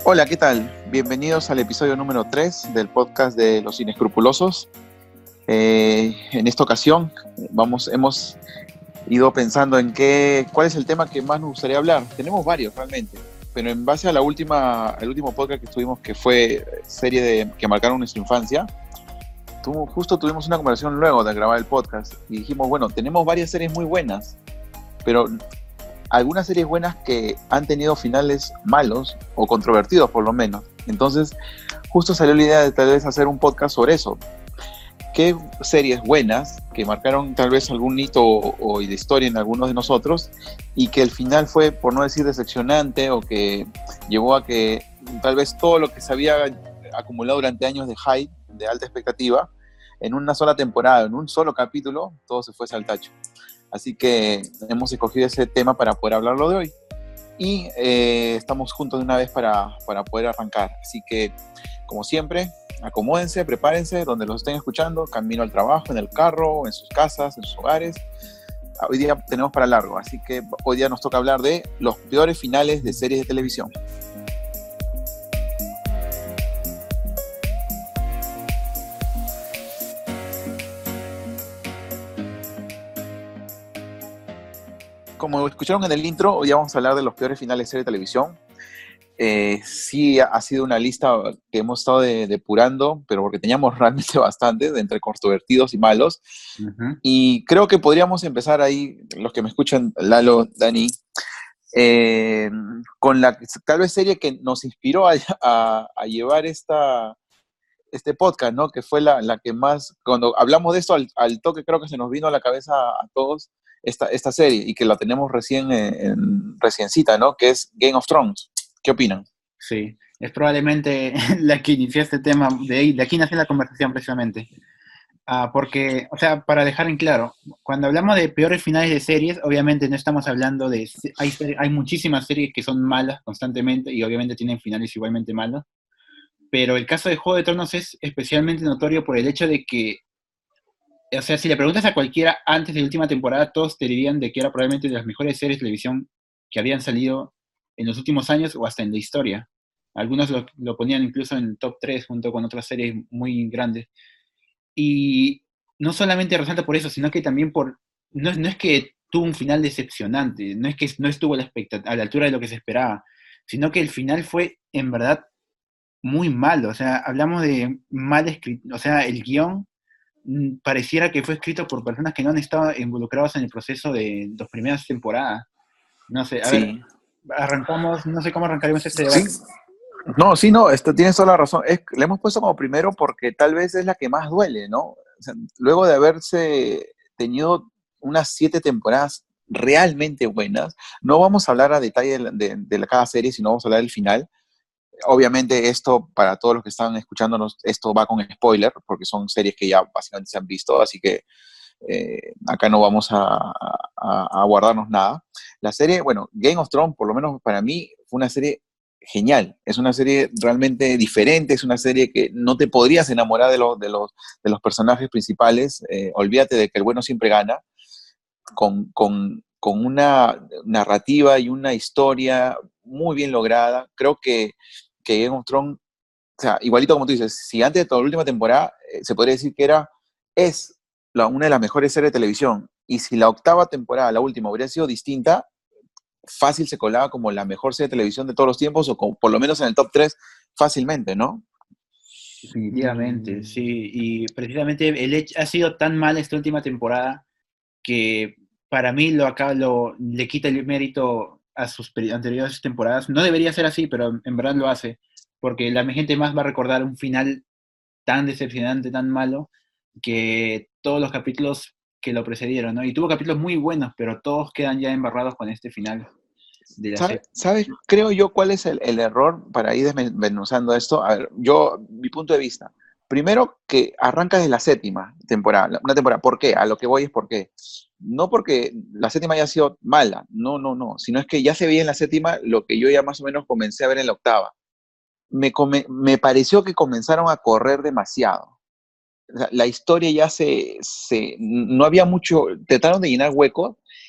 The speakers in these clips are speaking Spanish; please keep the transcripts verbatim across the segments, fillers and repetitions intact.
Hola, ¿qué tal? Bienvenidos al episodio número tres del podcast de Los Inescrupulosos. Eh, en esta ocasión vamos, hemos ido pensando en qué, cuál es el tema que más nos gustaría hablar. Tenemos varios realmente, pero en base a la última, al último podcast que tuvimos, que fue serie de, que marcaron nuestra infancia, tu, justo tuvimos una conversación luego de grabar el podcast y dijimos, bueno, tenemos varias series muy buenas, pero algunas series buenas que han tenido finales malos o controvertidos por lo menos. Entonces, justo salió la idea de tal vez hacer un podcast sobre eso. ¿Qué series buenas que marcaron tal vez algún hito o, o de historia en algunos de nosotros y que el final fue, por no decir decepcionante, o que llevó a que tal vez todo lo que se había acumulado durante años de hype, de alta expectativa, en una sola temporada, en un solo capítulo, todo se fuese al tacho? Así que hemos escogido ese tema para poder hablarlo de hoy. Y eh, estamos juntos de una vez para, para poder arrancar. Así que, como siempre, acomódense, prepárense, donde los estén escuchando, camino al trabajo, en el carro, en sus casas, en sus hogares. Hoy día tenemos para largo, así que hoy día nos toca hablar de los peores finales de series de televisión. Como escucharon en el intro, hoy vamos a hablar de los peores finales de serie de televisión. Eh, sí, ha sido una lista que hemos estado de, depurando, pero porque teníamos realmente bastante, de entre controvertidos y malos. Uh-huh. Y creo que podríamos empezar ahí, los que me escuchan, Lalo, Dani, eh, con la tal vez serie que nos inspiró a, a, a llevar esta, este podcast, ¿no? Que fue la, la que más, cuando hablamos de esto al, al toque, creo que se nos vino a la cabeza a todos esta, esta serie, y que la tenemos recién en, en reciencita, ¿no? Que es Game of Thrones. ¿Qué opinan? Sí, es probablemente la que inició este tema, de, ahí, de aquí nació la conversación precisamente. Uh, porque, o sea, para dejar en claro, cuando hablamos de peores finales de series, obviamente no estamos hablando de... Hay, hay muchísimas series que son malas constantemente y obviamente tienen finales igualmente malos, pero el caso de Juego de Tronos es especialmente notorio por el hecho de que, o sea, si le preguntas a cualquiera antes de la última temporada, todos te dirían de que era probablemente de las mejores series de televisión que habían salido en los últimos años o hasta en la historia. Algunos lo, lo ponían incluso en el top tres junto con otras series muy grandes. Y no solamente resalta por eso, sino que también por... No, no es que tuvo un final decepcionante, no es que no estuvo a la, a la altura de lo que se esperaba, sino que el final fue en verdad muy malo. O sea, hablamos de mal escrito, o sea, el guión pareciera que fue escrito por personas que no han estado involucrados en el proceso de las primeras temporadas. No sé, a ver, Sí. arrancamos, no sé cómo arrancaremos este Sí. debate. No, sí, no, esto, tienes toda la razón. Es, le hemos puesto como primero porque tal vez es la que más duele, ¿no? O sea, luego de haberse tenido unas siete temporadas realmente buenas, no vamos a hablar a detalle de, de, de cada serie, sino vamos a hablar del final. Obviamente esto, para todos los que están escuchándonos, esto va con spoiler, porque son series que ya básicamente se han visto, así que eh, acá no vamos a, a, a guardarnos nada. La serie, bueno, Game of Thrones, por lo menos para mí, fue una serie genial. Es una serie realmente diferente, es una serie que no te podrías enamorar de, lo, de, los, de los personajes principales. Eh, olvídate de que el bueno siempre gana, con, con, con una narrativa y una historia muy bien lograda. Creo que, que Game of Thrones, o sea, igualito como tú dices, si antes de toda la última temporada eh, se podría decir que era, es la, una de las mejores series de televisión, y si la octava temporada, la última, hubiera sido distinta, fácil se colaba como la mejor serie de televisión de todos los tiempos, o como, por lo menos en el top tres fácilmente, ¿no? Definitivamente, sí. Y precisamente el hecho ha sido tan mal esta última temporada que para mí lo acá lo le quita el mérito a sus anteriores temporadas. No debería ser así, pero en verdad lo hace, porque la gente más va a recordar un final tan decepcionante, tan malo, que todos los capítulos que lo precedieron, ¿no? Y tuvo capítulos muy buenos, pero todos quedan ya embarrados con este final de la ¿Sabes? serie. ¿Sabes? Creo yo cuál es el, el error para ir desmenuzando esto. A ver, yo, mi punto de vista. Primero, que arranca desde la séptima temporada, una temporada. ¿Por qué? A lo que voy es por qué. No porque la séptima haya sido mala, no, no, no, sino es que ya se veía en la séptima lo que yo ya más o menos comencé a ver en la octava. Me, come, me pareció que comenzaron a correr demasiado. O sea, la historia ya se, se, no había mucho, trataron de llenar huecos,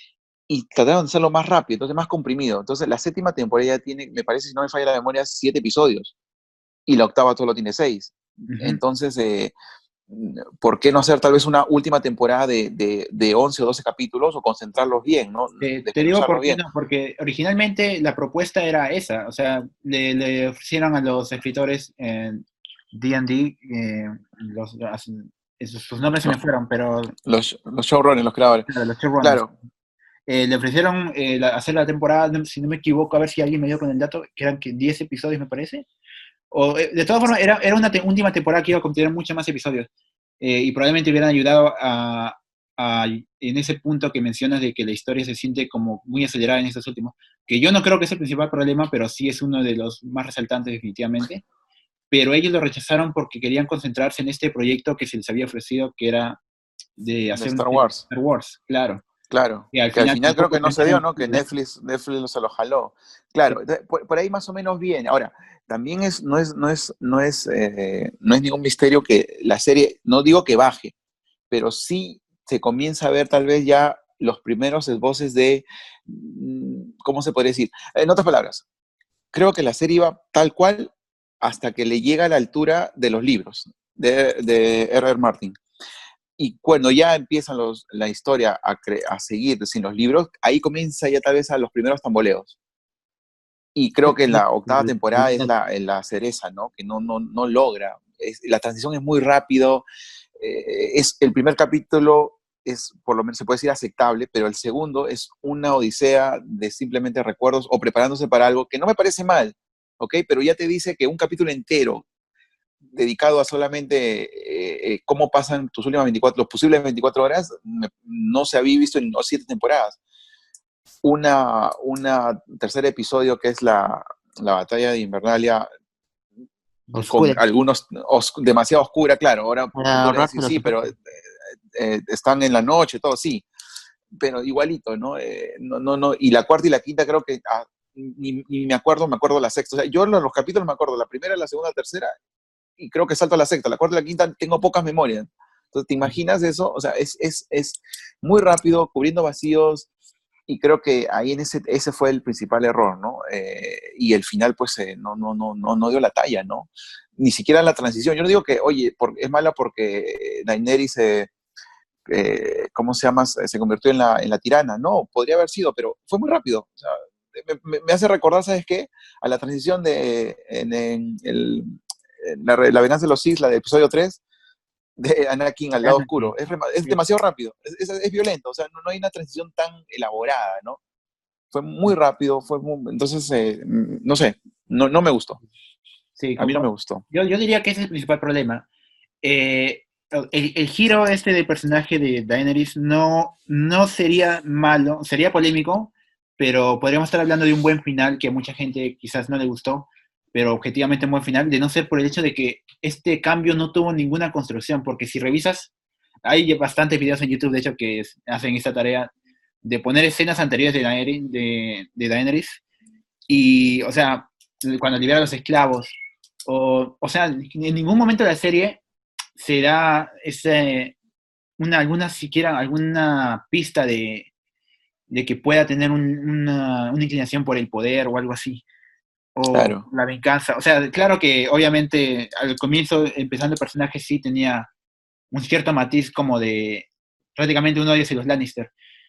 y trataron de hacerlo más rápido, entonces más comprimido. Entonces la séptima temporada ya tiene, me parece, si no me falla la memoria, siete episodios, y la octava solo tiene seis. Ujú. Entonces, eh, ¿por qué no hacer tal vez una última temporada de, de, de once o doce capítulos o concentrarlos bien, ¿no? Te, te digo Desmenuzarlos por qué bien. no, porque originalmente la propuesta era esa, o sea, le, le ofrecieron a los escritores en D and D, eh, los, los- esos- sus nombres se No, me fueron, pero los, los showrunners, los creadores. claro, los showrunners, Claro, eh, le ofrecieron eh, la- hacer la temporada, no- si no me equivoco, a ver si alguien me dio con el dato, que eran que diez episodios, me parece. O, eh, de todas formas, era, era una te- última temporada que iba a contener muchos más episodios. Eh, y probablemente hubieran ayudado a, a- en ese punto que mencionas de que la historia se siente como muy acelerada en estos últimos. Que yo no creo que es el principal problema, pero sí es uno de los más resaltantes definitivamente. Pero ellos lo rechazaron porque querían concentrarse en este proyecto que se les había ofrecido, que era de de hacer una Star serie de Wars. Star Wars, claro. Claro, Y al que al final final creo tampoco que no se dio, terminaron ¿no? Que de eso. Netflix, Netflix se lo jaló. Claro, de- por, por ahí más o menos bien. Ahora, también es, no es, no es, no es, eh, no es ningún misterio que la serie, no digo que baje, pero sí se comienza a ver tal vez ya los primeros esboces de, mm, ¿cómo se podría decir? En otras palabras, creo que la serie iba tal cual hasta que le llega a la altura de los libros de, de R R. Martin. Y cuando ya empiezan los, la historia a, cre- a seguir sin los libros, ahí comienza ya tal vez a los primeros tamboleos. Y creo que la octava temporada es la, es la cereza, ¿no? Que no, no, no logra. Es, la transición es muy rápido. Eh, es, el primer capítulo es, por lo menos se puede decir, aceptable, pero el segundo es una odisea de simplemente recuerdos o preparándose para algo que no me parece mal, ¿ok? Pero ya te dice que un capítulo entero dedicado a solamente eh, eh, cómo pasan tus últimas veinticuatro, los posibles veinticuatro horas, me, no se había visto en no, siete temporadas. Una, una tercer episodio que es la, la batalla de Invernalia, con Oscura. algunos os, demasiado oscura, claro. Ahora tú Para podrías ahorrarse decir, los sí, pero eh, efectos. eh, están en la noche, todo, sí, pero igualito, ¿no? Eh, no, no, no. Y la cuarta y la quinta creo que ah, ni, ni, me acuerdo, me acuerdo la sexta. O sea, yo los, los capítulos me acuerdo, la primera, la segunda, la tercera, y creo que salto a la sexta, la cuarta y la quinta tengo pocas memorias. Entonces, ¿te imaginas eso? O sea, es, es, es muy rápido, cubriendo vacíos, y creo que ahí en ese, ese fue el principal error, ¿no? Eh, y el final, pues, eh, no, no, no, no, no dio la talla, ¿no? Ni siquiera la transición. Yo no digo que, oye, por, es mala porque Daenerys, eh, eh, ¿cómo se llama? Se convirtió en la, en la tirana. No, podría haber sido, pero fue muy rápido. O sea, me, me, hace recordar, ¿sabes qué? A la transición de en, en el, en la, la venganza de los Sith, la del episodio tres, de Anakin al lado oscuro. Es, es demasiado rápido, es, es, es violento, o sea, no, no, hay una transición tan elaborada, ¿no? Fue muy rápido, fue muy, entonces, eh, no sé, no, no me gustó. Sí, a mí no me como, gustó. yo, yo diría que ese es el principal problema. Eh, el, el, giro este del personaje de Daenerys no, no sería malo, sería polémico, pero podríamos estar hablando de un buen final que a mucha gente quizás no le gustó, pero objetivamente un buen final, de no ser por el hecho de que este cambio no tuvo ninguna construcción, porque si revisas, hay bastantes videos en YouTube, de hecho, que es, hacen esta tarea de poner escenas anteriores de Daenerys, de, de Daenerys y, o sea, cuando libera a los esclavos, o, o sea, en ningún momento de la serie se da ese, una, alguna, siquiera alguna pista de, de que pueda tener un, una, una inclinación por el poder o algo así, o Claro. la venganza. O sea, claro que obviamente al comienzo, empezando el personaje, sí tenía un cierto matiz como de prácticamente un odio hacia los Lannister,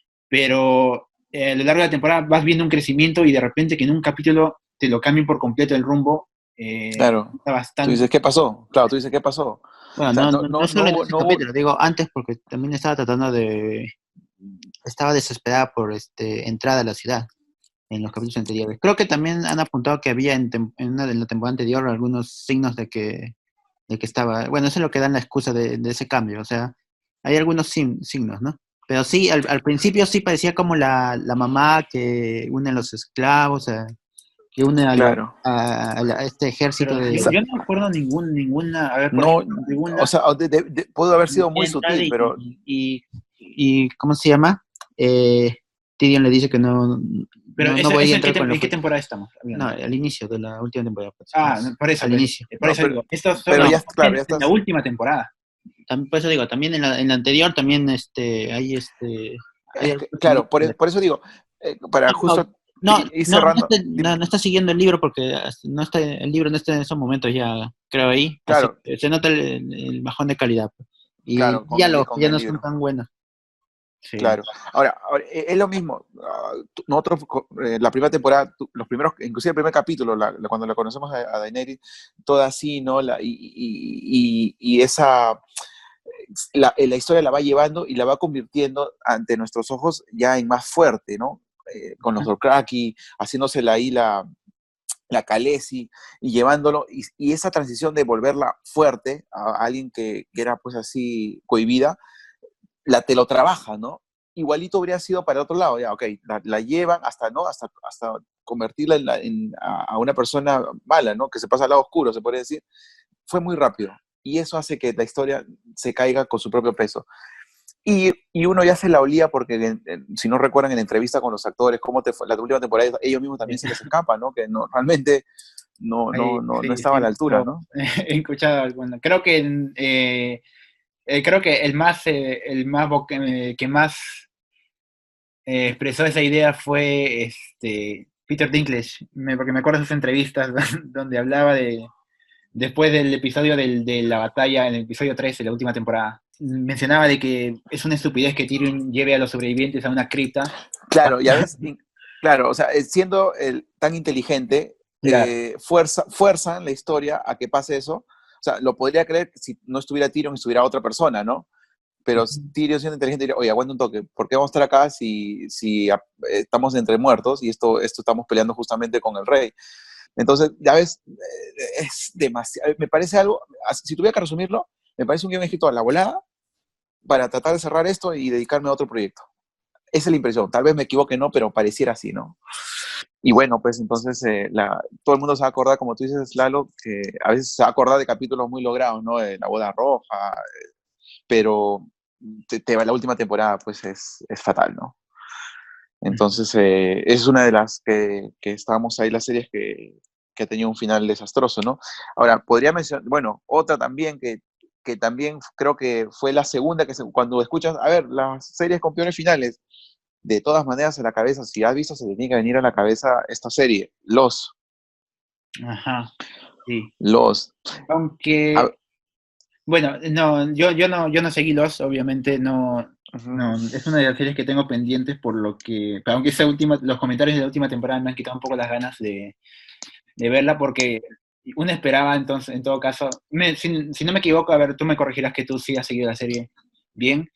pero eh, a lo largo de la temporada vas viendo un crecimiento y de repente que en un capítulo te lo cambien por completo el rumbo. Eh, Claro. está Tú bastante. dices, ¿qué pasó? Claro, tú dices, ¿qué pasó? Bueno, O sea, no, no, no, no, no no, solo en hubo, ese no hubo- capítulo, digo antes porque también estaba tratando de... Estaba desesperada por este, entrada a la ciudad en los capítulos anteriores. Creo que también han apuntado que había en, tem- en una de la temporada anterior algunos signos de que, de que estaba... Bueno, eso es lo que dan la excusa de, de ese cambio, o sea, hay algunos sin- signos, ¿no? Pero sí, al, al principio sí parecía como la, la mamá que une a los esclavos, a- que une a, la- Claro. a- a la- a este ejército Pero de... yo, yo no me acuerdo ningún, ninguna, a ver, por No, ejemplo, o ninguna sea, de- de- de- pudo haber sido muy oriental sutil, y, pero y, y- ¿cómo se llama? Eh, Tyrion le dice que no, pero no, no eso, voy eso a en, qué entrar tem- con ¿en los... qué temporada estamos No, hablando? al inicio de la última temporada. Pues, Ah, más, por eso, al pues, inicio. por no, eso pero, digo, estos son pero No, ya, claro, ya en la estás. última temporada. también, por eso digo, también en la, en la anterior también este, hay este, hay Es que, algunos claro, por, e- libros. por eso digo, eh, para No, justo no, ir, ir no, no, cerrando, está, no, dime, no está siguiendo el libro porque no está, el libro no está en esos momentos ya, creo ahí, así claro, que se nota el, el bajón de calidad. Pues. Y claro, con ya el, los con ya el no son libro. tan buenos. Sí. Claro. Ahora, ahora, e- es lo mismo. ah, tú- Nosotros, co- eh, la primera temporada, tú- los primeros, inclusive el primer capítulo, la- la- cuando la conocemos a, a Daenerys, toda así, ¿no? La, y, y- y- y esa, la, eh, la historia la va llevando y la va convirtiendo ante nuestros ojos ya en más fuerte, ¿no? Eh, con los Dothraki, haciéndosela ahí la, la Khaleesi y llevándolo, y, y esa transición de volverla fuerte a, a alguien que, que era pues así cohibida, la, te lo trabaja, ¿no? Igualito habría sido para otro lado, ya, ok, la, la llevan hasta, ¿no? Hasta, hasta convertirla en la- en- a, a una persona mala, ¿no? Que se pasa al lado oscuro, se podría decir. Fue muy rápido. Y eso hace que la historia se caiga con su propio peso. Y, y uno ya se la olía porque, en- en- si no recuerdan en la entrevista con los actores, cómo te fue, la última temporada, ellos mismos también se les escapa, ¿no? Que no, realmente no, no, Ahí, no, no sí, estaba a sí, la altura, lo- ¿no? he escuchado, bueno, creo que eh, eh, creo que el más eh, el más vo- eh, que más eh, expresó esa idea fue este Peter Dinklage, me- porque me acuerdo de sus entrevistas donde hablaba de después del episodio del- de la batalla en el episodio tres de la última temporada. Mencionaba de que es una estupidez que Tyrion lleve a los sobrevivientes a una cripta. Claro, ya ves, y- claro, o sea, eh, siendo el, tan inteligente, Claro. eh, fuerza, fuerzan la historia a que pase eso. O sea, lo podría creer si no estuviera Tyrion, estuviera otra persona, ¿no? Pero Tyrion siendo inteligente diría, oye, aguanta un toque, ¿por qué vamos a estar acá si, si a- estamos entre muertos y esto, esto estamos peleando justamente con el rey? Entonces, ya ves, eh, es demasiado, me parece algo, si tuviera que resumirlo, me parece un guión escrito a la volada para tratar de cerrar esto y dedicarme a otro proyecto. Esa es la impresión, tal vez me equivoque, no, pero pareciera así, ¿no? Y bueno, pues entonces eh, la, todo el mundo se va a acordar, como tú dices, Lalo, que a veces se va a acordar de capítulos muy logrados, ¿no? De la boda roja, pero te, te, la última temporada pues es, es fatal, ¿no? Entonces eh, es una de las que, que estábamos ahí, las series que, que ha tenido un final desastroso, ¿no? Ahora, podría mencionar, bueno, otra también que, que también creo que fue la segunda que se, cuando escuchas, a ver, las series con peores finales, de todas maneras a la cabeza, si has visto, se te tiene que venir a la cabeza esta serie, Los, Ajá, sí. Los. A, Aunque, bueno, no, yo, yo no, yo no seguí Los, obviamente, no, uh-huh. no, es una de las series que tengo pendientes por lo que, aunque esa última, los comentarios de la última temporada me han quitado un poco las ganas de, de verla porque uno esperaba entonces, en todo caso, me, si, si no me equivoco, a ver, tú me corregirás que tú sí has seguido la serie bien,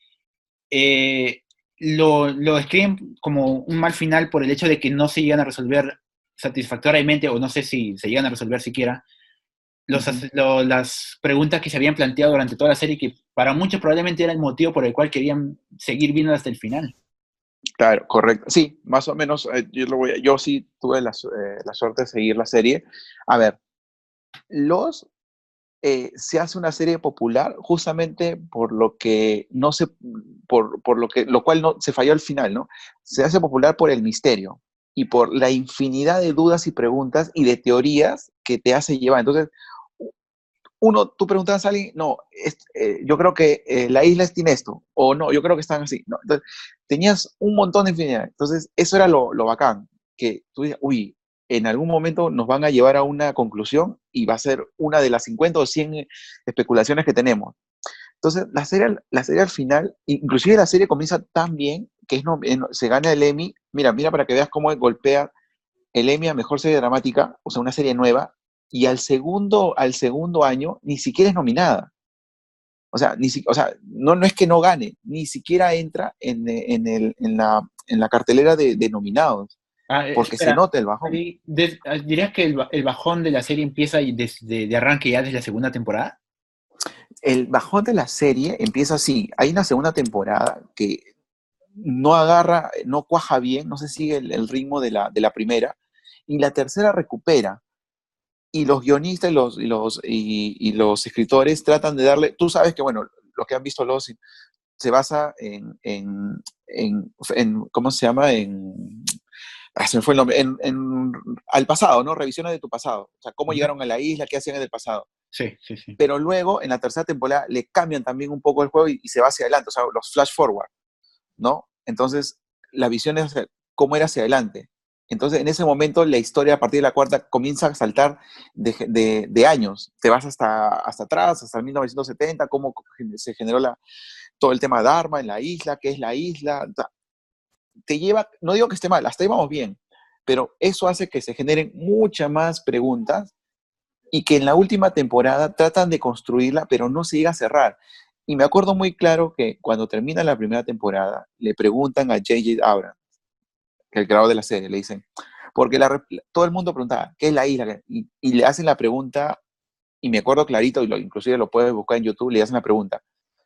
eh, lo, lo describen como un mal final por el hecho de que no se llegan a resolver satisfactoriamente, o no sé si se llegan a resolver siquiera, los, Uh-huh. lo, las preguntas que se habían planteado durante toda la serie, que para muchos probablemente era el motivo por el cual querían seguir viendo hasta el final. Claro, correcto. Sí, más o menos, eh, yo, lo voy a, yo sí tuve la, eh, la suerte de seguir la serie. A ver, Los eh, se hace una serie popular justamente por lo que no se, por, por lo que, lo cual no se falló al final, ¿no? Se hace popular por el misterio y por la infinidad de dudas y preguntas y de teorías que te hace llevar. Entonces, uno, tú preguntas a alguien, no, es, eh, yo creo que eh, la isla tiene esto, o no, yo creo que están así. No. Entonces, tenías un montón de infinidad. Entonces, eso era lo, lo bacán, que tú dices, uy, en algún momento nos van a llevar a una conclusión y va a ser una de las cincuenta o cien especulaciones que tenemos. Entonces, la serie, la serie al final, inclusive la serie comienza tan bien que es no, se gana el Emmy. Mira, mira para que veas cómo golpea el Emmy a Mejor Serie Dramática, o sea, una serie nueva, y al segundo, al segundo año ni siquiera es nominada. O sea, ni si, o sea no, no es que no gane, ni siquiera entra en, en, el, en, la, en la cartelera de, de nominados, Ah, porque se espera, nota el bajón. des, ¿dirías que el, el, bajón de la serie empieza desde de arranque ya desde la segunda temporada? El bajón de la serie empieza así. Hay una segunda temporada que no agarra, no cuaja bien, no se sigue el, el ritmo de la, de la primera, y la tercera recupera. Y los guionistas y los, y los, y, y los escritores tratan de darle, tú sabes que, bueno, los que han visto Lost se basa en, en, en, en ¿cómo se llama? En, ah, se me fue el nombre, en, en, al pasado, ¿no? Revisiones de tu pasado, o sea, cómo llegaron a la isla, qué hacían en el pasado. Sí, sí, sí. Pero luego, en la tercera temporada, le cambian también un poco el juego y, y se va hacia adelante, o sea, los flash forward, ¿no? Entonces, la visión es hacia- cómo era hacia adelante. Entonces, en ese momento, la historia a partir de la cuarta comienza a saltar de, de- de años. Te vas hasta, hasta atrás, hasta el mil novecientos setenta, cómo se generó la, todo el tema de Dharma en la isla, qué es la isla. Te lleva, no digo que esté mal, hasta ahí vamos bien, pero eso hace que se generen muchas más preguntas y que en la última temporada tratan de construirla, pero no se llega a cerrar. Y me acuerdo muy claro que cuando termina la primera temporada, le preguntan a J J. Abrams, que es el creador de la serie, le dicen, porque la, todo el mundo preguntaba, ¿qué es la isla? Y, y le hacen la pregunta, y me acuerdo clarito, y lo, inclusive lo puedes buscar en YouTube, le hacen la pregunta,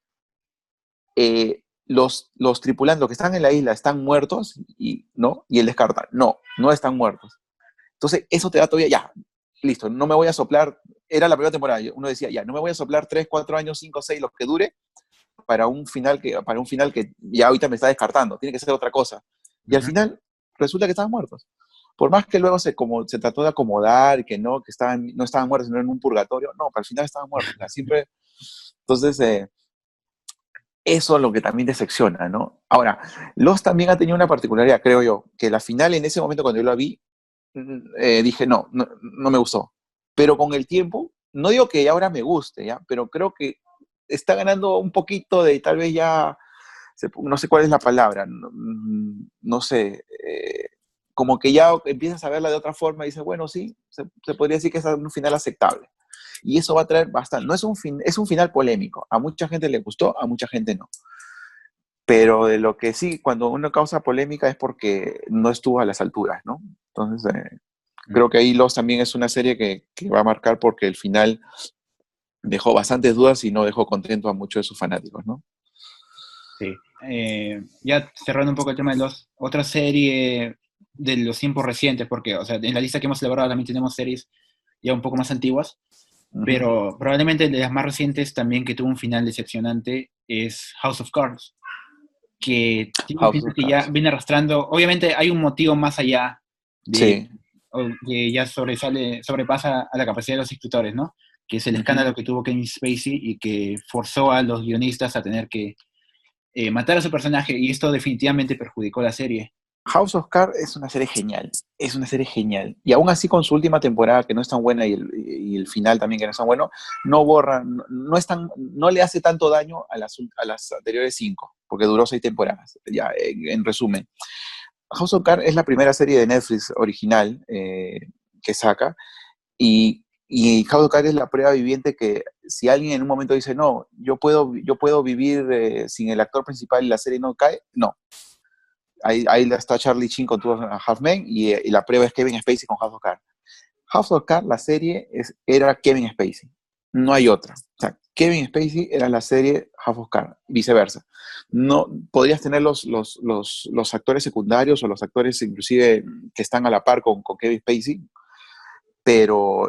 eh, los, los tripulantes, los que están en la isla, ¿están muertos? Y, ¿no? Y él descarta, no, no están muertos. Entonces, eso te da todavía, ya, listo, no me voy a soplar, era la primera temporada, uno decía, ya, no me voy a soplar tres, cuatro años, cinco, seis, los que dure, para un final que, para un final que ya ahorita me está descartando, tiene que ser otra cosa. Y al Ujú. final, resulta que estaban muertos. Por más que luego se, como, se trató de acomodar, que no, que estaban, no estaban muertos, sino en un purgatorio, no, pero al final estaban muertos. O sea, siempre, entonces, eh, eso es lo que también decepciona, ¿no? Ahora, Lost también ha tenido una particularidad, creo yo, que la final en ese momento cuando yo la vi, eh, dije, no, no, no me gustó. Pero con el tiempo, no digo que ahora me guste, ¿ya? Pero creo que está ganando un poquito de tal vez ya, no sé cuál es la palabra, no, no sé, eh, como que ya empiezas a verla de otra forma y dices, bueno, sí, se, se podría decir que es un final aceptable. Y eso va a traer bastante, no es un, fin, es un final polémico, a mucha gente le gustó, a mucha gente no. Pero de lo que sí, cuando uno causa polémica es porque no estuvo a las alturas, ¿no? Entonces, eh, creo que ahí Lost también es una serie que, que va a marcar porque el final dejó bastantes dudas y no dejó contento a muchos de sus fanáticos, ¿no? Sí. Eh, ya cerrando un poco el tema de los, otra serie de los tiempos recientes, porque, o sea, en la lista que hemos elaborado también tenemos series ya un poco más antiguas, Ujú. pero probablemente de las más recientes también que tuvo un final decepcionante es House of Cards, que tiene un House final of que ya Cards. viene arrastrando, obviamente hay un motivo más allá de Sí. o- que ya sobresale, sobrepasa a la capacidad de los escritores, ¿no? Que es el Ujú. escándalo que tuvo Kevin Spacey y que forzó a los guionistas a tener que eh, matar a su personaje, y esto definitivamente perjudicó la serie. House of Cards es una serie genial, es una serie genial. Y aún así con su última temporada, que no es tan buena, y el, y el final también que no es tan bueno, no borra, no, no, es tan, no le hace tanto daño a las, a las anteriores cinco, porque duró seis temporadas, ya, en, en resumen. House of Cards es la primera serie de Netflix original eh, que saca, y, y House of Cards es la prueba viviente que si alguien en un momento dice, no, yo puedo, yo puedo vivir eh, sin el actor principal y la serie no cae, no. Ahí, ahí está Charlie Sheen con Two Half Men y, y la prueba es Kevin Spacey con House of Cards. House of Cards, la serie, es, era Kevin Spacey. No hay otra. O sea, Kevin Spacey era la serie House of Cards, viceversa. No, podrías tener los, los, los, los actores secundarios o los actores inclusive que están a la par con, con Kevin Spacey, pero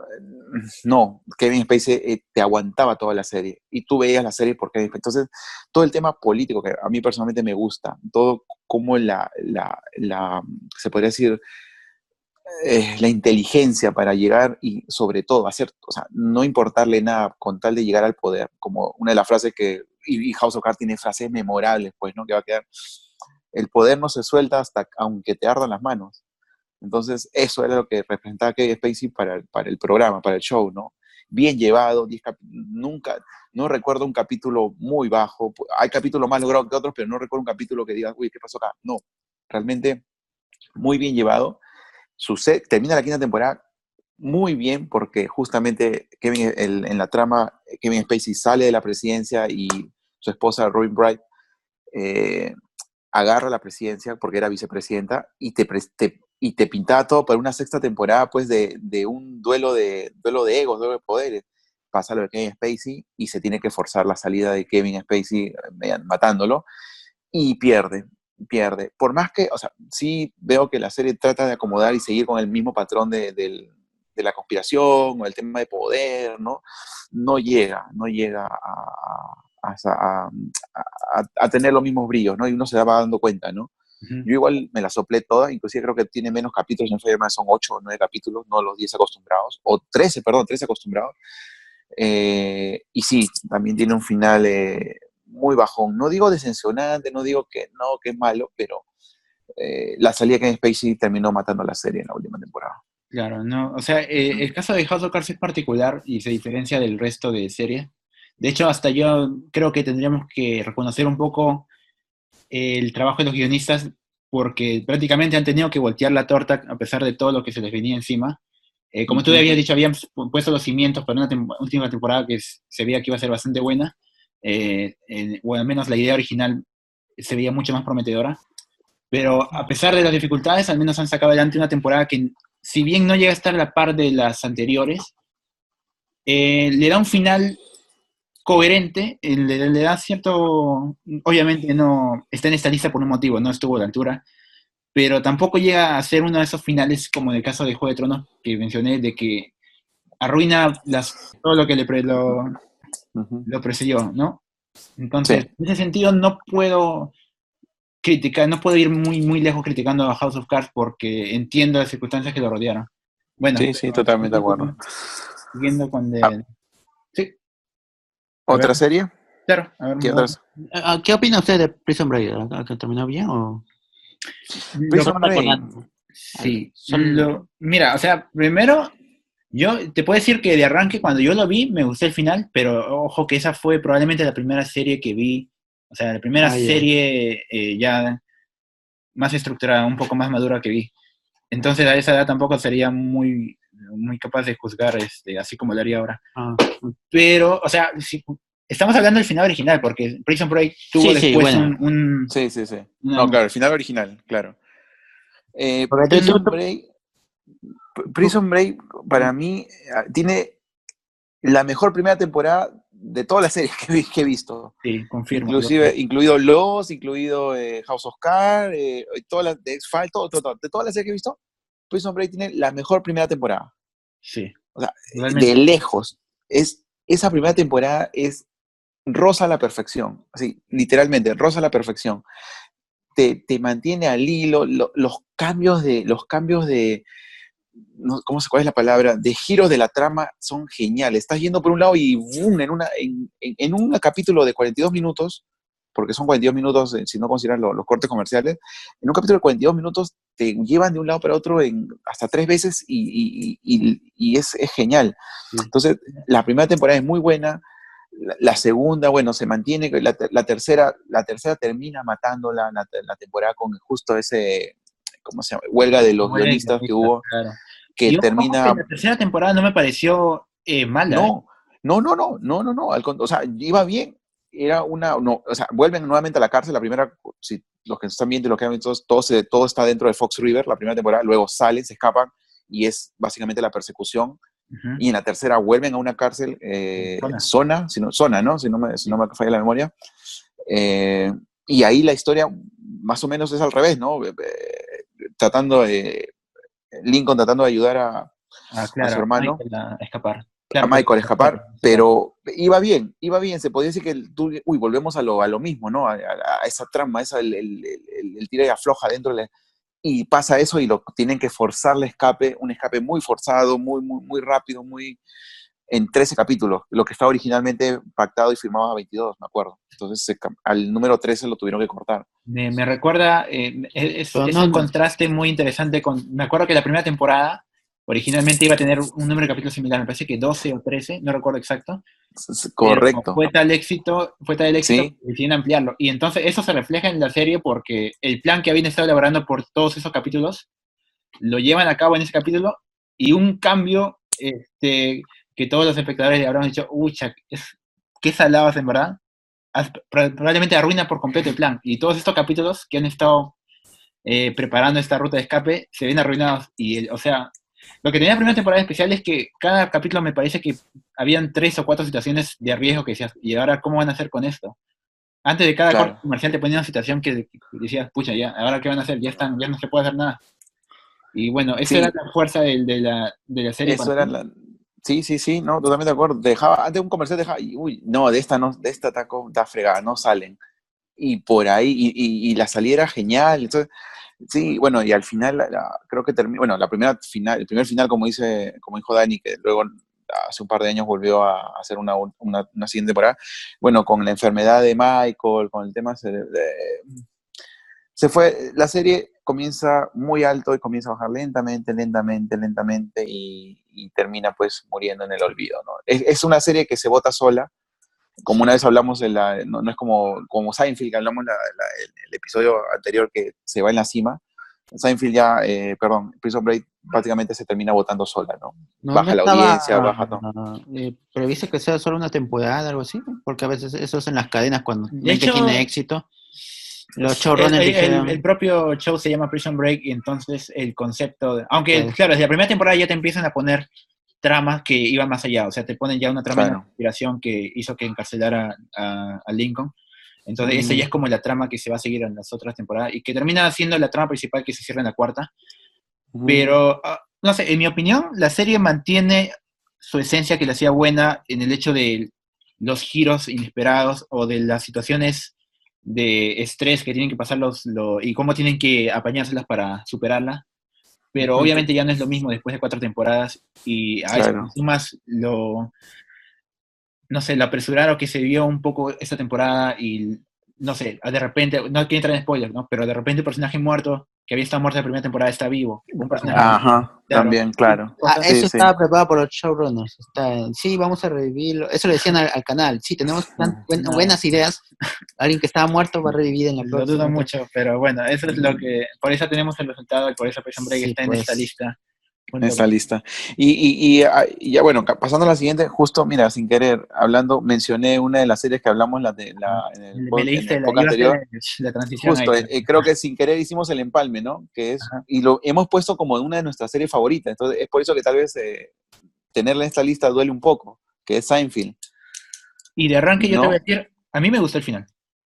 no, Kevin Spacey eh, te aguantaba toda la serie y tú veías la serie por Kevin Spacey. Entonces, todo el tema político que a mí personalmente me gusta, todo como la, la, la se podría decir, eh, la inteligencia para llegar y sobre todo hacer, o sea, no importarle nada con tal de llegar al poder, como una de las frases que, y, y House of Cards tiene frases memorables, pues, ¿no? Que va a quedar, el poder no se suelta hasta aunque te ardan las manos. Entonces, eso era lo que representaba Kevin Spacey para el, para el programa, para el show, ¿no? Bien llevado, diez nunca, no recuerdo un capítulo muy bajo, hay capítulos más logrados que otros, pero no recuerdo un capítulo que digas, uy, ¿qué pasó acá? No, realmente muy bien llevado. Sucede, termina la quinta temporada muy bien porque justamente Kevin, el, en la trama, Kevin Spacey sale de la presidencia y su esposa Robin Wright eh, agarra la presidencia porque era vicepresidenta y te, te, y te pintaba todo para una sexta temporada pues de, de un duelo de, duelo de egos, duelo de poderes. Pasa lo de Kevin Spacey y se tiene que forzar la salida de Kevin Spacey eh, matándolo y pierde, pierde. Por más que, o sea, sí veo que la serie trata de acomodar y seguir con el mismo patrón de, de, de la conspiración o el tema de poder, ¿no? No llega, no llega a, a, a, a, a tener los mismos brillos, ¿no? Y uno se va dando cuenta, ¿no? Ujú. Yo igual me la soplé toda, inclusive creo que tiene menos capítulos, en Fireman son ocho o nueve capítulos, no los diez acostumbrados, o trece, perdón, trece acostumbrados. Eh, y sí, también tiene un final eh, muy bajón. No digo decepcionante, no digo que no, que es malo, pero eh, la salida de Kevin Spacey terminó matando la serie en la última temporada. Claro, no, o sea, eh, el caso de House of Cards es particular y se diferencia del resto de series. De hecho, hasta yo creo que tendríamos que reconocer un poco el trabajo de los guionistas porque prácticamente han tenido que voltear la torta a pesar de todo lo que se les venía encima. Eh, como tú Ujú. habías dicho, habían pu- puesto los cimientos para una tem- última temporada que s- se veía que iba a ser bastante buena, eh, en- o al menos la idea original se veía mucho más prometedora. Pero a pesar de las dificultades, al menos han sacado adelante una temporada que, si bien no llega a estar a la par de las anteriores, eh, le da un final coherente, eh, le, le da cierto, obviamente no está en esta lista por un motivo, no estuvo a la altura, pero tampoco llega a ser uno de esos finales como en el caso de Juego de Tronos que mencioné, de que arruina las, todo lo que le pre- lo, Ujú. lo precedió, ¿no? Sí, Entonces, en ese sentido no puedo criticar, no puedo ir muy, muy lejos criticando a House of Cards porque entiendo las circunstancias que lo rodearon. Bueno, sí, sí, pero totalmente de acuerdo. siguiendo con Ah, de... Sí, a ver, ¿otra serie? claro, a ver, ¿Qué vamos. otras? Ah, ¿Qué opina usted de Prison Break? ¿Ha ha terminado bien o Lo, solo Prison Break. recordando? Al- sí, sol- lo, mira, o sea, primero, yo te puedo decir que de arranque, cuando yo lo vi, me gustó el final, pero ojo que esa fue probablemente la primera serie que vi, o sea, la primera Ah, ya. serie eh, ya más estructurada, un poco más madura que vi. Entonces a esa edad tampoco sería muy, muy capaz de juzgar este, así como lo haría ahora. Ah, Pero, o sea, si, estamos hablando del final original, porque Prison Break tuvo sí, sí, después bueno. un, un- Sí, sí, sí. No, una- claro, el final original, claro. Eh, Porque tú, tú- Prison tú- Break, tú- Prison Break para mí eh, tiene la mejor primera temporada de todas las series que, vi- que he visto. sí, confirmo. Lo- Inclusive, incluido Lost, incluido eh, House of Cards, eh, todas las de X-Files, todo, todo, todo. De todas las series que he visto, Prison Break tiene la mejor primera temporada. sí, O sea, de totalmente. lejos. Es, esa primera temporada es rosa a la perfección. Así, literalmente, rosa a la perfección. Te, te mantiene al hilo, lo- los cambios de, los cambios de, no, ¿cómo se, cuál es la palabra? De giros de la trama son geniales. Estás yendo por un lado y boom, en, una, en, en, en un capítulo de cuarenta y dos minutos, porque son cuarenta y dos minutos, eh, si no consideran lo- los cortes comerciales, en un capítulo de cuarenta y dos minutos te llevan de un lado para otro en, hasta tres veces y, y, y, y es, es genial. Sí. Entonces, la primera temporada es muy buena, la, la segunda, bueno, se mantiene, la, la, tercera, la tercera termina matándola, la, la temporada con justo ese, ¿cómo se llama? Huelga de los Huele guionistas que guionista, hubo, claro. que Y ojo que termina, la tercera temporada no me pareció eh, mala, ¿eh? no, no, no, no, no, no, no, al con- o sea, iba bien, era una, no, o sea, vuelven nuevamente a la cárcel, la primera, si los que están viendo y los que han visto, todo, se- todo está dentro de Fox River, la primera temporada, luego salen, se escapan, y es básicamente la persecución, Ujú. y en la tercera vuelven a una cárcel, eh, Zona. zona, si no, zona, ¿no? Si no me, si Sí. no me falla la memoria, eh, y ahí la historia más o menos es al revés, ¿no? Eh, eh, tratando de, Lincoln tratando de ayudar a, Ah, a su claro, hermano, Michael a escapar. a Claro, porque Michael a escapar, claro. pero iba bien, iba bien, se podía decir que, el, tú, uy, volvemos a lo, a lo mismo, ¿no? A, a, a esa trama, esa, el, el, el, el tira y afloja dentro de la, y pasa eso y lo tienen que forzar el escape, un escape muy forzado, muy, muy, muy rápido, muy en trece capítulos, lo que estaba originalmente pactado y firmado a veintidós, me acuerdo. Entonces se, al número trece lo tuvieron que cortar. Me, me recuerda, eh, es, pero es no, un no, contraste muy interesante con, me acuerdo que la primera temporada originalmente iba a tener un número de capítulos similar, me parece que doce o trece, no recuerdo exacto, pero Correcto. fue tal éxito, fue tal el éxito Sí, que deciden ampliarlo. Y entonces eso se refleja en la serie porque el plan que habían estado elaborando por todos esos capítulos lo llevan a cabo en ese capítulo y un cambio este, que todos los espectadores habrán dicho, uy, es, qué salados en verdad, probablemente arruina por completo el plan. Y todos estos capítulos que han estado eh, preparando esta ruta de escape se ven arruinados. Y, el, o sea, lo que tenía la primera temporada especial es que cada capítulo me parece que habían tres o cuatro situaciones de riesgo que decías, ¿y ahora cómo van a hacer con esto? Antes de cada corte claro. comercial te ponían una situación que, que decías, pucha, ya, ¿ahora qué van a hacer? Ya están, ya no se puede hacer nada. Y bueno, esa era Sí, la fuerza de, de, la, de la serie para eso era mí. la... Sí, sí, sí, no, totalmente de acuerdo. Dejaba, antes de un comercial dejaba, y, uy, no, de esta no, de esta taco, está fregada, no salen. Y por ahí, y, y, y la salida era genial. Entonces, sí, bueno, y al final, la, la, creo que terminó, bueno, la primera final, el primer final, como dice, como dijo Dani, que luego hace un par de años volvió a hacer una, una, una siguiente temporada. Bueno, con la enfermedad de Michael, con el tema de, de, se fue, la serie comienza muy alto y comienza a bajar lentamente, lentamente, lentamente y, y termina pues muriendo en el olvido, ¿no? Es, es una serie que se bota sola, como una vez hablamos, de la, no, no es como, como Seinfeld, que hablamos la, la, el, el episodio anterior que se va en la cima. Seinfeld ya, eh, perdón, Prison Break prácticamente se termina botando sola, ¿no? No, no Baja la estaba audiencia, baja todo. eh, previsto que sea solo una temporada, algo así, porque a veces eso es en las cadenas cuando De ven hecho, que tiene éxito. Los el, showrunners el, dijeron, el propio show se llama Prison Break y entonces el concepto, de, aunque pues, claro, desde la primera temporada ya te empiezan a poner tramas que iban más allá, o sea, te ponen ya una trama de Claro. conspiración que hizo que encarcelara a, a Lincoln. Entonces, Mm. esa ya es como la trama que se va a seguir en las otras temporadas y que termina siendo la trama principal que se cierra en la cuarta. Ujú. Pero, uh, no sé, en mi opinión, la serie mantiene su esencia que la hacía buena en el hecho de los giros inesperados o de las situaciones de estrés que tienen que pasar los, lo, y cómo tienen que apañárselas para superarla. Pero Ujú. obviamente ya no es lo mismo después de cuatro temporadas y a eso Claro. sumas lo, no sé, lo apresurado que se vio un poco esta temporada y, no sé, de repente, no quiero entrar en spoilers, ¿no? Pero de repente un personaje muerto, que había estado muerto en la primera temporada, está vivo. Un personaje Ajá, claro, también, claro. ah, cosas, eso Sí, sí. estaba preparado por los showrunners. Está, sí, vamos a revivirlo. Eso le decían al, al canal. Sí, tenemos tan buen- no, buenas ideas. Alguien que estaba muerto va a revivir en la lo dudo próxima. mucho, pero bueno, eso es lo que, por eso tenemos el resultado y por eso Prison Break Sí, está en pues. esta lista. junto Esta con- lista. Y, y, y, ah, y ya bueno, ca- pasando a la siguiente, justo, mira, sin querer, hablando, mencioné una de las series que hablamos la de, la, en el, me pod- en leíste, el la, podcast iba a hacer anterior. la, la transición ahí. Justo, eh, eh, creo que sin querer hicimos el empalme, ¿no? Que es, Ajá. y lo hemos puesto como una de nuestras series favoritas. Entonces, es por eso que tal vez eh, tenerla en esta lista duele un poco, que es Seinfeld, Y de arranque yo te voy a ¿no? decir, a mí me gustó el final.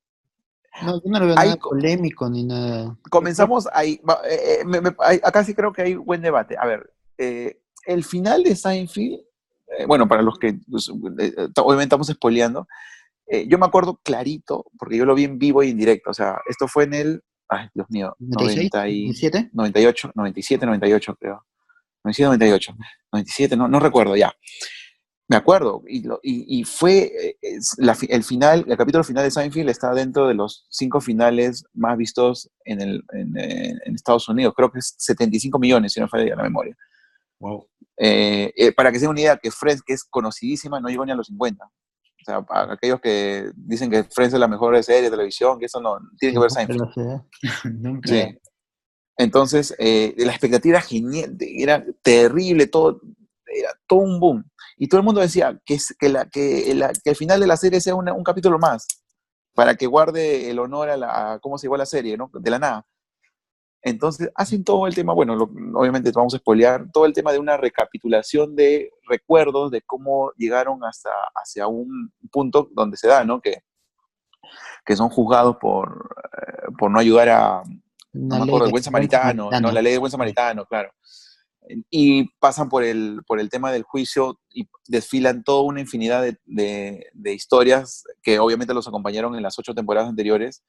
No, yo no lo veo Hay, nada polémico ni nada. comenzamos ahí, va, eh, eh, me, me, hay, acá sí creo que hay buen debate. A ver, eh, el final de Seinfeld, eh, bueno, para los que pues, eh, obviamente estamos spoileando, eh, yo me acuerdo clarito, porque yo lo vi en vivo y en directo, o sea, esto fue en el, ay, Dios mío, ¿noventa y seis? noventa y, ¿noventa y siete? noventa y ocho, noventa y siete, noventa y ocho creo, noventa y siete, noventa y ocho, noventa y siete, no, no recuerdo ya. Me acuerdo, y, lo, y, y fue eh, la, el final, el capítulo final de Seinfeld está dentro de los cinco finales más vistos en, el, en, en Estados Unidos. Creo que es setenta y cinco millones, si no me falla la memoria. Wow. Eh, eh, para que se den una idea, que Friends, que es conocidísima, no llegó ni a los cincuenta. O sea, para aquellos que dicen que Friends es la mejor serie de televisión, que eso no, tiene que ver Seinfeld. Nunca. Sí. Entonces, eh, la expectativa era genial, era terrible, todo, era todo un boom. Y todo el mundo decía que, que, la, que, la, que el final de la serie sea una, un capítulo más, para que guarde el honor a, la, a cómo se llegó a la serie, ¿no? De la nada. Entonces, hacen todo el tema, bueno, lo, obviamente vamos a spoilear, todo el tema de una recapitulación de recuerdos de cómo llegaron hasta hacia un punto donde se da, ¿no? Que, que son juzgados por, eh, por no ayudar a, no Una me ley acuerdo, el de buen buen samaritano, no, samaritano. la ley de buen samaritano, claro. Y pasan por el, por el tema del juicio y desfilan toda una infinidad de, de, de historias que obviamente los acompañaron en las ocho temporadas anteriores.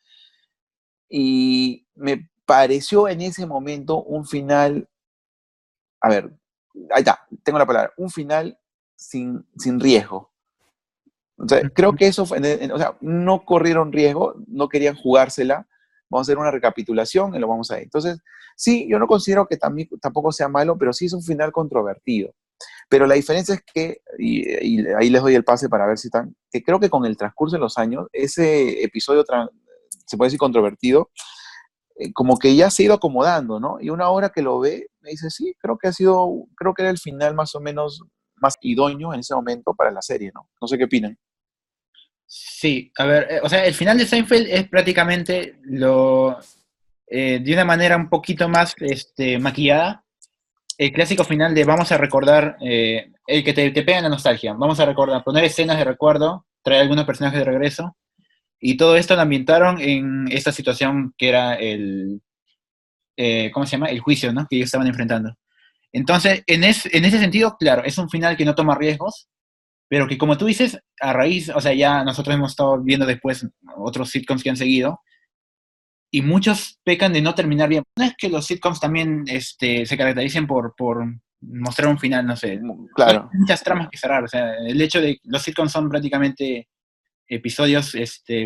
Y me pareció en ese momento un final, a ver, ahí está, tengo la palabra, un final sin, sin riesgo. O sea, creo que eso fue, o sea, no corrieron riesgo, no querían jugársela. Vamos a hacer una recapitulación y lo vamos a ir. Entonces, sí, yo no considero que también, tampoco sea malo, pero sí es un final controvertido. Pero la diferencia es que, y, y ahí les doy el pase para ver si están, que creo que con el transcurso de los años, ese episodio, se puede decir controvertido, eh, como que ya se ha ido acomodando, ¿no? Y una hora que lo ve, me dice, sí, creo que ha sido, creo que era el final más o menos más idóneo en ese momento para la serie, ¿no? No sé qué opinan. Sí, a ver, eh, o sea, el final de Seinfeld es prácticamente lo, eh, de una manera un poquito más este, maquillada, el clásico final de vamos a recordar, eh, el que te, te pega en la nostalgia, vamos a recordar, poner escenas de recuerdo, traer algunos personajes de regreso, y todo esto lo ambientaron en esta situación que era el, eh, ¿cómo se llama? El juicio, ¿no? Que ellos estaban enfrentando. Entonces, en, es, en ese sentido, claro, es un final que no toma riesgos, pero que como tú dices, a raíz, o sea, ya nosotros hemos estado viendo después otros sitcoms que han seguido, y muchos pecan de no terminar bien. No es que los sitcoms también este, se caractericen por, por mostrar un final, no sé. Claro. Hay muchas tramas que cerrar, o sea, el hecho de que los sitcoms son prácticamente episodios, este...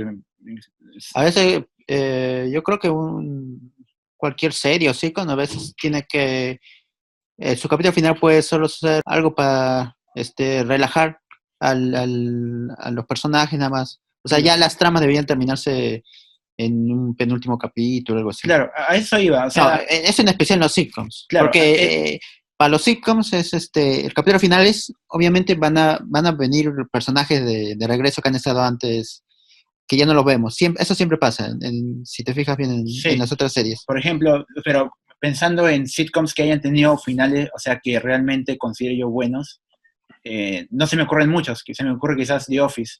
A veces, eh, yo creo que un, cualquier serie o sitcom a veces tiene que, eh, su capítulo final puede solo ser algo para este, relajar al, al, a los personajes nada más. O sea, ya las tramas debían terminarse en un penúltimo capítulo o algo así. Claro, a eso iba, o sea... No, eso en especial en los sitcoms. Claro, porque eh, eh, para los sitcoms es este, el capítulo final es, obviamente van a, van a venir personajes de, de regreso que han estado antes, que ya no los vemos. Siempre, eso siempre pasa, en, en, si te fijas bien en, sí, en las otras series. Por ejemplo, pero pensando en sitcoms que hayan tenido finales, o sea, que realmente considero yo buenos, eh, no se me ocurren muchos, que se me ocurre quizás The Office.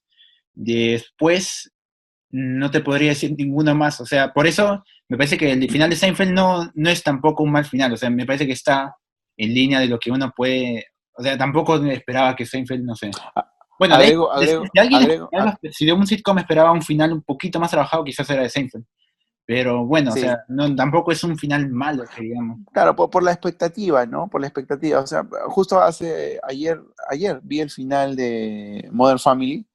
Después, no te podría decir ninguno más, o sea, por eso me parece que el final de Seinfeld no, no es tampoco un mal final, o sea, me parece que está en línea de lo que uno puede, o sea, tampoco esperaba que Seinfeld, no sé. Bueno, de, Agrego, de- agrego, si alguien agrego, esperaba- ag- si de un sitcom esperaba un final un poquito más trabajado, quizás era de Seinfeld. Pero bueno, o sea, sí, no, tampoco es un final malo, que digamos. claro, por, por la expectativa, ¿no? Por la expectativa. O sea, justo hace, ayer, ayer vi el final de Modern Family.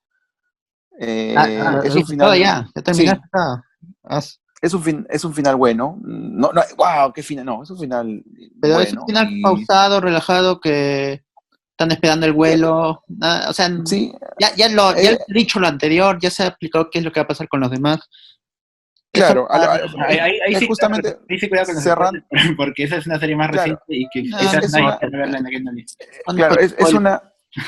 Ah, Eh, ah, es un ¿viste todo final, ya? ¿Ya sí, terminaste? Ah, has- es un, fin, es un final bueno. No, no, wow, qué final, no, es un final pero es un bueno. final Y pausado, relajado, que están esperando el que, vuelo. Nada, o sea, sí, ya, ya, lo, ya eh, he dicho lo anterior, ya se ha explicado qué es lo que va a pasar con los demás. Eso, claro, a lo- ah, a lo- Ahí, es, ahí, ahí es sí, cuidado, justamente ahí sí cuidado con los spoilers, cerrando, porque esa es una serie más claro, reciente y que no, es, quizás es nadie no, una, quiere porque verla en aquel momento. son claro, es, es spoilers. una,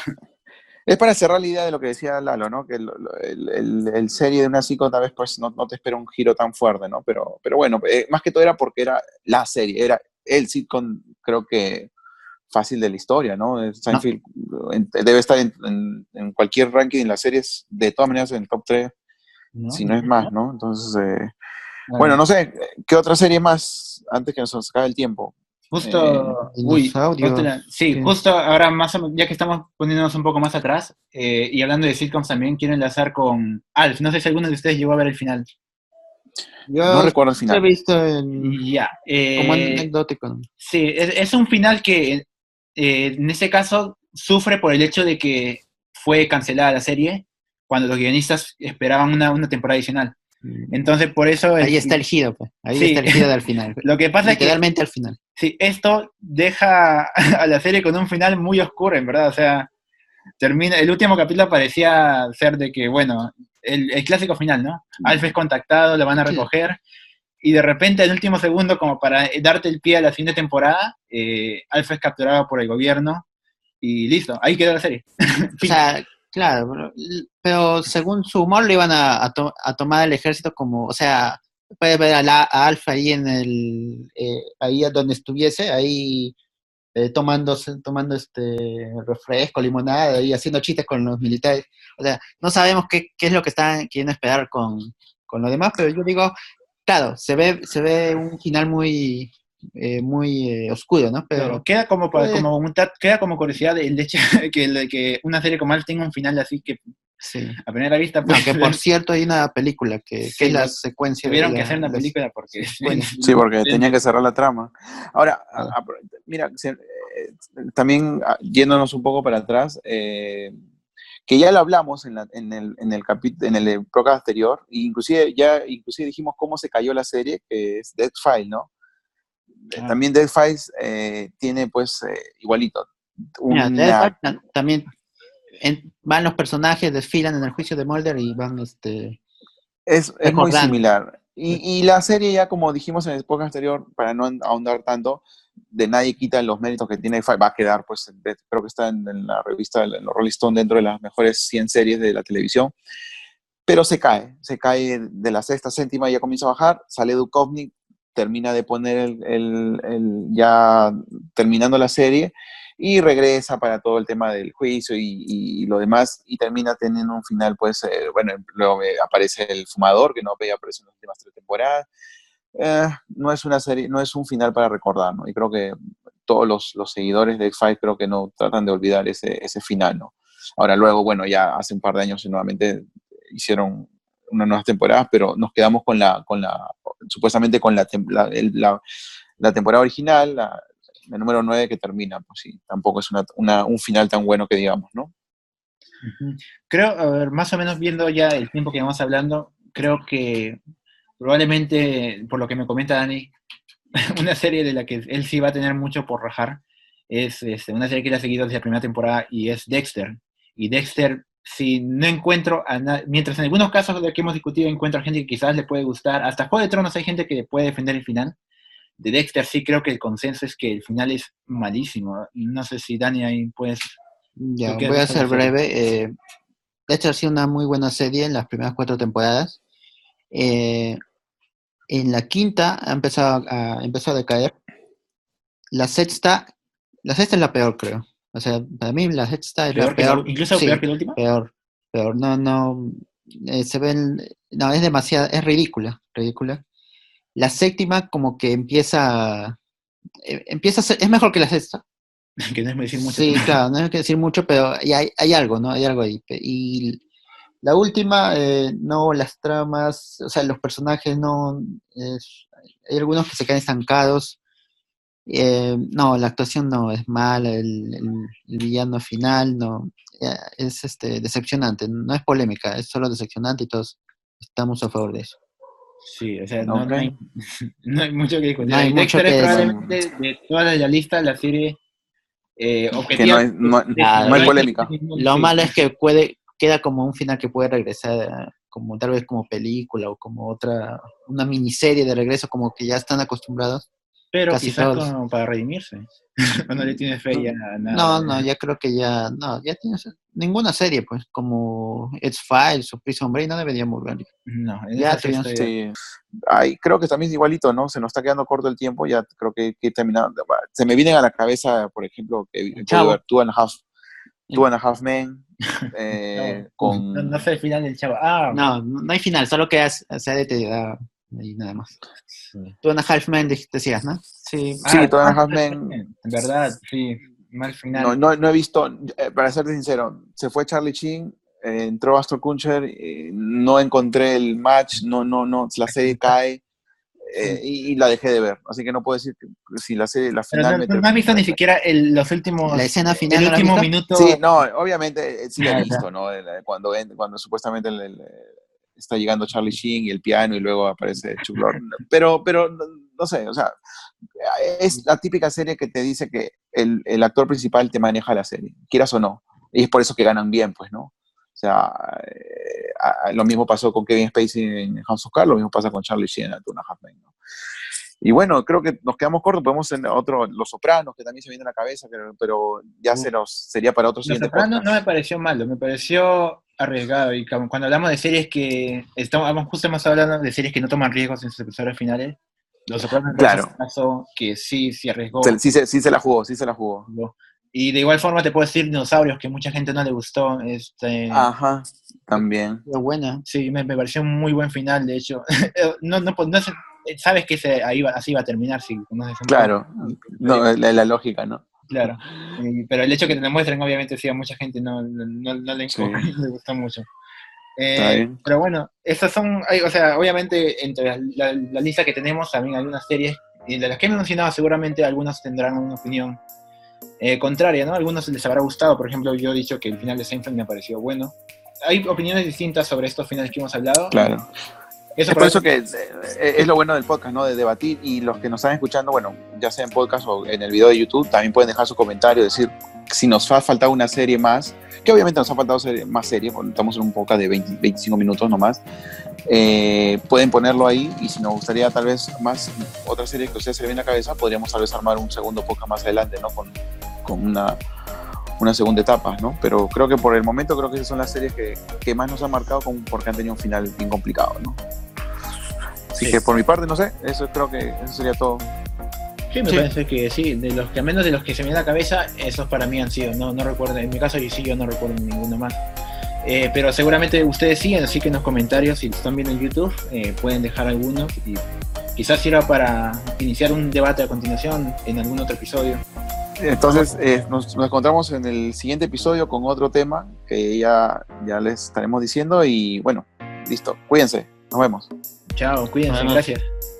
es para cerrar la idea de lo que decía Lalo, ¿no? Que el, el, el- el serie de una psico tal vez pues no, no te espera un giro tan fuerte, ¿no? Pero, pero bueno, eh, más que todo era porque era la serie, era el sitcom, creo que fácil de la historia, ¿no? Eh, No, Seinfeld en- debe estar en, en- en cualquier ranking de las series, de todas maneras en el top tres, ¿No? si no es más, ¿no? Entonces, eh, bueno, Bueno, no sé, ¿qué otra serie más antes que nos acabe el tiempo? Eh, justo, uy, justo dinosaurios. la- sí, ¿Qué? justo ahora más o menos, ya que estamos poniéndonos un poco más atrás, eh, y hablando de sitcoms también, quiero enlazar con Alf. No sé si alguno de ustedes llegó a ver el final. no Yo recuerdo el lo he final. visto en, Ya. como eh, anecdótico. Sí, es, es un final que eh, en ese caso sufre por el hecho de que fue cancelada la serie cuando los guionistas esperaban una, una temporada adicional. Entonces, por eso, el, Ahí está el giro, pues. Ahí está sí, el giro del final. lo que pasa es que Literalmente al final. sí, esto deja a la serie con un final muy oscuro, en verdad. O sea, termina, el último capítulo parecía ser de que, bueno, el, el clásico final, ¿no? Alf es contactado, lo van a recoger, y de repente, en el último segundo, como para darte el pie a la siguiente temporada, eh, Alf es capturado por el gobierno y listo, ahí quedó la serie. O sea, claro, pero, pero según su humor le iban a, a, to- a tomar el ejército como, o sea, puede ver a, la, a Alfa ahí en el, eh, ahí a donde estuviese, ahí eh, tomando, tomando este refresco, limonada y haciendo chistes con los militares. O sea, no sabemos qué, qué es lo que están queriendo esperar con, con lo demás, pero yo digo, claro, se ve, se ve un final muy, eh, muy eh, oscuro, ¿no? Claro, Pero queda como, pa- pues, como un tat- queda como curiosidad el hecho de que, el- que una serie como Alf tenga un final así que sí. a primera vista No, puede que por ser- cierto hay una película que, que sí, es la lo- secuencia de tuvieron que la, hacer una la- película porque sí, bueno, Sí, porque no- tenían que cerrar la trama. Ahora, a- claro. a- mira, se- eh, también ah, yéndonos un poco para atrás, eh, que ya lo hablamos en, la- en el, en el capítulo, en el programa anterior, e inclusive ya inclusive dijimos cómo se cayó la serie, que es Dead File, ¿no? Eh, Ah, También Dead Files eh, tiene pues eh, igualito Mira, Death una Note ta- también en- van los personajes, desfilan en el juicio de Mulder y van este es, es muy recordando. similar. Y, y la serie ya, como dijimos en el podcast anterior, para no ahondar tanto, de nadie quita los méritos que tiene Dead File, va a quedar, pues, de- creo que está en, en la revista, en los Rolling Stone, dentro de las mejores cien series de la televisión, pero se cae, se cae de la sexta, séptima, ya comienza a bajar, sale Duchovny, termina de poner el, el- el- ya terminando la serie, y regresa para todo el tema del juicio y, y lo demás, y termina teniendo un final, pues, eh, bueno, luego eh, aparece el fumador, que no había aparecido en las últimas tres temporadas. Eh, no es una serie, no es un final para recordar, ¿no? Y creo que todos los, los seguidores de X-Files creo que no tratan de olvidar ese, ese final, ¿no? Ahora luego, bueno, ya hace un par de años nuevamente hicieron unas nuevas temporadas, pero nos quedamos con la, con la supuestamente con la, tem- la, el- la- la temporada original, la, el número nueve que termina, pues sí, tampoco es una, una, un final tan bueno que digamos, ¿no? Uh-huh. Creo, a ver, más o menos viendo ya el tiempo que vamos hablando, creo que probablemente, por lo que me comenta Dani, una serie de la que él sí va a tener mucho por rajar, es este, una serie que él ha seguido desde la primera temporada y es Dexter. Y Dexter, si no encuentro, a na- mientras en algunos casos de los que hemos discutido encuentro a gente que quizás le puede gustar, hasta Juego de Tronos hay gente que puede defender el final. De Dexter sí creo que el consenso es que el final es malísimo. No sé si Dani ahí puedes... Ya, ¿qué voy a has visto ser de la serie? breve. Eh, Dexter ha sido una muy buena serie en las primeras cuatro temporadas. Eh, en la quinta ha empezado a, empezó a decaer. La sexta, la sexta es la peor, creo. O sea, para mí la sexta es la ¿Peor que la, peor. incluso peor Sí, que la última? peor, peor. No, no, eh, se ven, no, es demasiado, es ridícula, ridícula. La séptima como que empieza, eh, empieza a ser, es mejor que la sexta. Que no es decir mucho. Sí, claro, no hay que decir mucho, pero y hay, hay algo, ¿no? Hay algo ahí. Pe- Y la última, eh, no, las tramas, o sea, los personajes no, es- hay algunos que se quedan estancados. Eh, no, la actuación no es mala, el, el- el villano final no, eh, es este, decepcionante, no es polémica, es solo decepcionante y todos estamos a favor de eso. Sí, o sea, no, Ok. no, hay, no hay mucho que discutir. No hay Y mucho Dexter que es decir. probablemente de toda la lista la serie eh, Que no, objetiva. es, no, Ah, no hay y- polémica. Lo Sí, malo es que puede, queda como un final que puede regresar, a- como tal vez como película o como otra, una miniserie de regreso, como que ya están acostumbrados pero casi quizás todos. como para redimirse. O no le tienes fe ya a nada. No, no, ya creo que ya, no, ya tienes ninguna serie, pues, como X-Files o Prison Break, no debería volver. No, en Ya esa sí tuvimos, estoy. Sí. Ay, creo que también es igualito, ¿no? Se nos está quedando corto el tiempo, ya creo que, que terminando. Se me vienen a la cabeza, por ejemplo, que he podido ver Two and a Half, Two and a Half Men, eh, No, con... no, no sé el final del chavo. Ah, no, no hay final, solo que has- se ha detenido y nada más. sí. Tú en Half Men dij- decías, ¿no? Sí, Ah, sí, Two and a ah, Half Men, en verdad, sí, mal final. no, no, no he visto, eh, para serte sincero, se fue Charlie Sheen, eh, entró Astor Kutcher, eh, no encontré el match, no, no, no, la serie cae, eh, y, y la dejé de ver, así que no puedo decir que si la serie, la Pero final no, me... no- ter- no has visto me- ni siquiera el- los últimos, La escena final, el ¿no la has último visto? minuto. Sí, no, obviamente eh, sí la he Ah, visto, ¿no? El- Cuando, en- cuando supuestamente el- el, eh, está llegando Charlie Sheen y el piano y luego aparece Chuck Lorre. Pero, pero no, no sé, o sea, es la típica serie que te dice que el, el actor principal te maneja la serie, quieras o no. Y es por eso que ganan bien, pues, ¿no? O sea, eh, a- a- lo mismo pasó con Kevin Spacey en House of Cards, lo mismo pasa con Charlie Sheen en Two and a Half Men, ¿no? Y bueno, creo que nos quedamos cortos, podemos en otro, Los Sopranos, que también se viene a la cabeza, pero, pero ya se nos, sería para otro Los siguiente Sopranos podcast. no me pareció malo, me pareció arriesgado. Y como cuando hablamos de series que estamos, vamos- justo hemos hablado de series que no toman riesgos en sus episodios finales, Los Sopranos me parece Claro, un caso que sí, sí arriesgó. se- sí, se- sí se la jugó, sí se la jugó. Y de igual forma te puedo decir Dinosaurios, que mucha gente no le gustó. Este, Ajá, también. Pero buena. Sí, me, me pareció un muy buen final, de hecho. no, no, no sé, sabes que se, ahí va, así iba a terminar si conoces un Claro, poco. no, la, la lógica, ¿no? Claro. Y- pero el hecho que te lo muestren, obviamente, sí, a mucha gente no, no, no- no le, Sí. le gustó mucho. Está Eh, bien. pero bueno, esas son, hay- o sea, obviamente, entre la, la- la lista que tenemos, también hay algunas series, y de las que he mencionado, seguramente algunos tendrán una opinión eh, contraria, ¿no? Algunos les habrá gustado, por ejemplo, yo he dicho que el final de Seinfeld me pareció bueno. Hay opiniones distintas sobre estos finales que hemos hablado. Claro. Eso Es por eso que eh, es lo bueno del podcast, ¿no? De debatir, y los que nos están escuchando, bueno, ya sea en podcast o en el video de YouTube, también pueden dejar su comentario, decir si nos ha faltado una serie más, que obviamente nos ha faltado serie, más serie, porque estamos en un podcast de veinte, veinticinco minutos nomás, eh, pueden ponerlo ahí, y si nos gustaría tal vez más otra serie que a ustedes se le viene a la cabeza, podríamos tal vez armar un segundo podcast más adelante, ¿no? Con, con una, una segunda etapa, ¿no? Pero creo que por el momento creo que esas son las series que, que más nos han marcado con, porque han tenido un final bien complicado, ¿no? Así Sí. que por mi parte, no sé, eso creo que eso sería todo. sí, me Sí. parece que sí, de los que al menos de los que se me vienen a la cabeza, esos para mí han sido, no, no recuerdo, en mi caso yo sí, yo no recuerdo ninguno más. Eh, pero seguramente ustedes siguen, así que en los comentarios, si lo están viendo en YouTube, eh, pueden dejar algunos y quizás sirva para iniciar un debate a continuación en algún otro episodio. Entonces, eh, nos, nos encontramos en el siguiente episodio con otro tema que ya, ya les estaremos diciendo, y bueno, listo, cuídense, nos vemos. Chao, cuídense, Bueno. gracias.